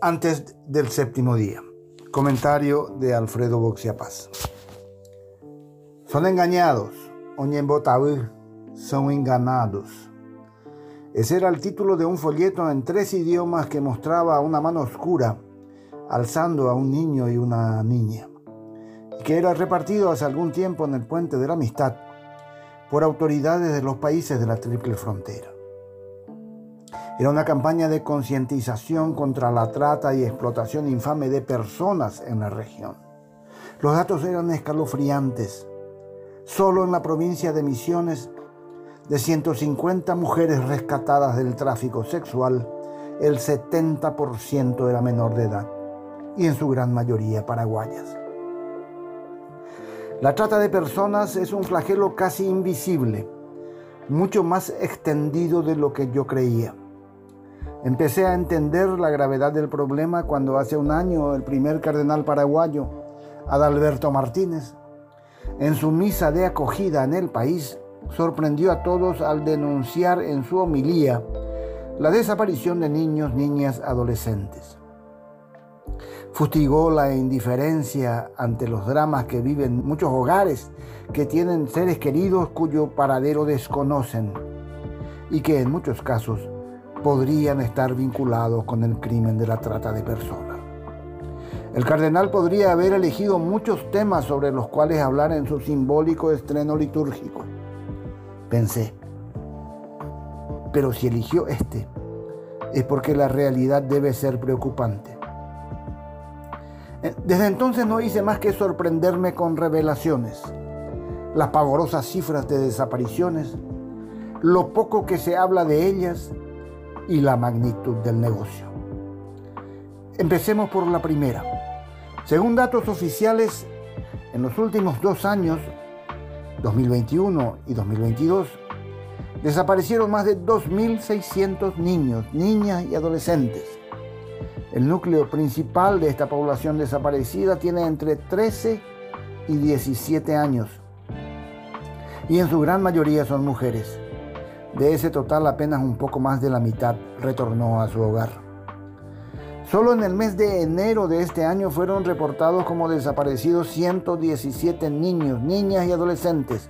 antes del séptimo día. Comentario de Alfredo Boxiapaz. Son engañados, son enganados. Ese era el título de un folleto en 3 idiomas que mostraba una mano oscura alzando a un niño y una niña, y que era repartido hace algún tiempo en el Puente de la Amistad por autoridades de los países de la Triple Frontera. Era una campaña de concientización contra la trata y explotación infame de personas en la región. Los datos eran escalofriantes. Solo en la provincia de Misiones, de 150 mujeres rescatadas del tráfico sexual, el 70% era menor de edad, y en su gran mayoría paraguayas. La trata de personas es un flagelo casi invisible, mucho más extendido de lo que yo creía. Empecé a entender la gravedad del problema cuando hace un año el primer cardenal paraguayo, Adalberto Martínez, en su misa de acogida en el país, sorprendió a todos al denunciar en su homilía la desaparición de niños, niñas, adolescentes. Fustigó la indiferencia ante los dramas que viven muchos hogares que tienen seres queridos cuyo paradero desconocen y que en muchos casos podrían estar vinculados con el crimen de la trata de personas. El cardenal podría haber elegido muchos temas sobre los cuales hablar en su simbólico estreno litúrgico, pensé. Pero si eligió este, es porque la realidad debe ser preocupante. Desde entonces no hice más que sorprenderme con revelaciones, las pavorosas cifras de desapariciones, lo poco que se habla de ellas y la magnitud del negocio. Empecemos por la primera. Según datos oficiales, en los últimos 2 años, 2021 y 2022, desaparecieron más de 2.600 niños, niñas y adolescentes. El núcleo principal de esta población desaparecida tiene entre 13 y 17 años, y en su gran mayoría son mujeres. De ese total, apenas un poco más de la mitad retornó a su hogar. Solo en el mes de enero de este año fueron reportados como desaparecidos 117 niños, niñas y adolescentes,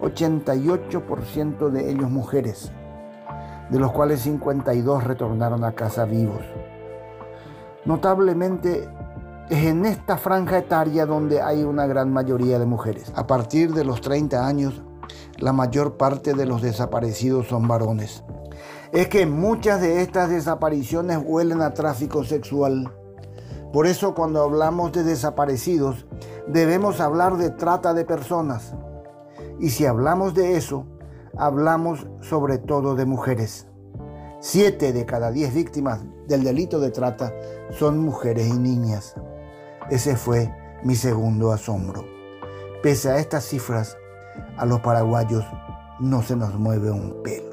88% de ellos mujeres, de los cuales 52 retornaron a casa vivos. Notablemente, es en esta franja etaria donde hay una gran mayoría de mujeres. A partir de los 30 años, la mayor parte de los desaparecidos son varones. Es que muchas de estas desapariciones huelen a tráfico sexual. Por eso, cuando hablamos de desaparecidos, debemos hablar de trata de personas. Y si hablamos de eso, hablamos sobre todo de mujeres. 7 de cada 10 víctimas del delito de trata son mujeres y niñas. Ese fue mi segundo asombro. Pese a estas cifras, a los paraguayos no se nos mueve un pelo.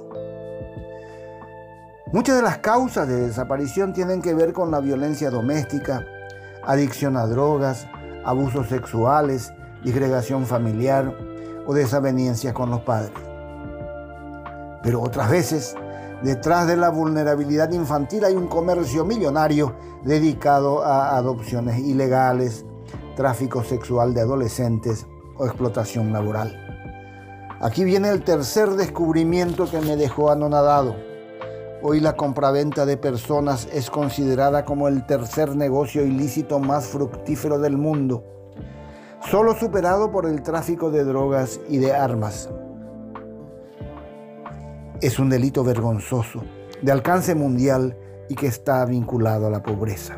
Muchas de las causas de desaparición tienen que ver con la violencia doméstica, adicción a drogas, abusos sexuales, disgregación familiar o desavenencias con los padres. Pero otras veces, detrás de la vulnerabilidad infantil hay un comercio millonario dedicado a adopciones ilegales, tráfico sexual de adolescentes o explotación laboral. Aquí viene el tercer descubrimiento que me dejó anonadado. Hoy la compraventa de personas es considerada como el tercer negocio ilícito más fructífero del mundo, solo superado por el tráfico de drogas y de armas. Es un delito vergonzoso, de alcance mundial y que está vinculado a la pobreza.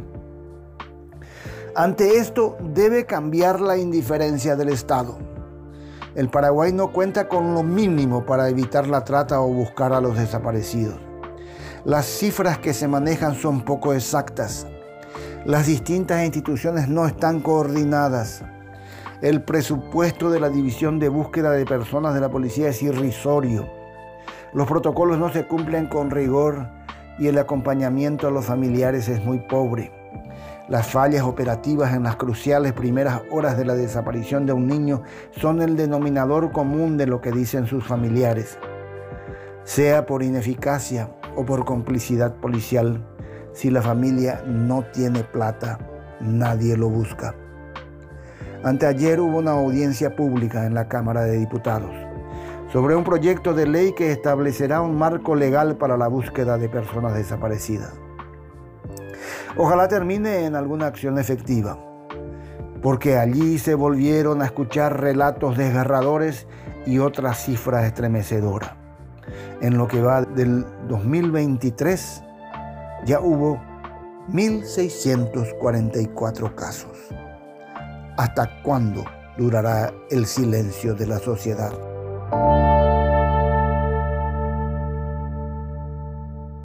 Ante esto debe cambiar la indiferencia del Estado. El Paraguay no cuenta con lo mínimo para evitar la trata o buscar a los desaparecidos. Las cifras que se manejan son poco exactas. Las distintas instituciones no están coordinadas. El presupuesto de la División de Búsqueda de Personas de la Policía es irrisorio. Los protocolos no se cumplen con rigor y el acompañamiento a los familiares es muy pobre. Las fallas operativas en las cruciales primeras horas de la desaparición de un niño son el denominador común de lo que dicen sus familiares. Sea por ineficacia o por complicidad policial, Si la familia no tiene plata, nadie lo busca. Anteayer hubo una audiencia pública en la Cámara de Diputados sobre un proyecto de ley que establecerá un marco legal para la búsqueda de personas desaparecidas. Ojalá termine en alguna acción efectiva, porque allí se volvieron a escuchar relatos desgarradores y otras cifras estremecedoras. En lo que va del 2023, ya hubo 1.644 casos. ¿Hasta cuándo durará el silencio de la sociedad?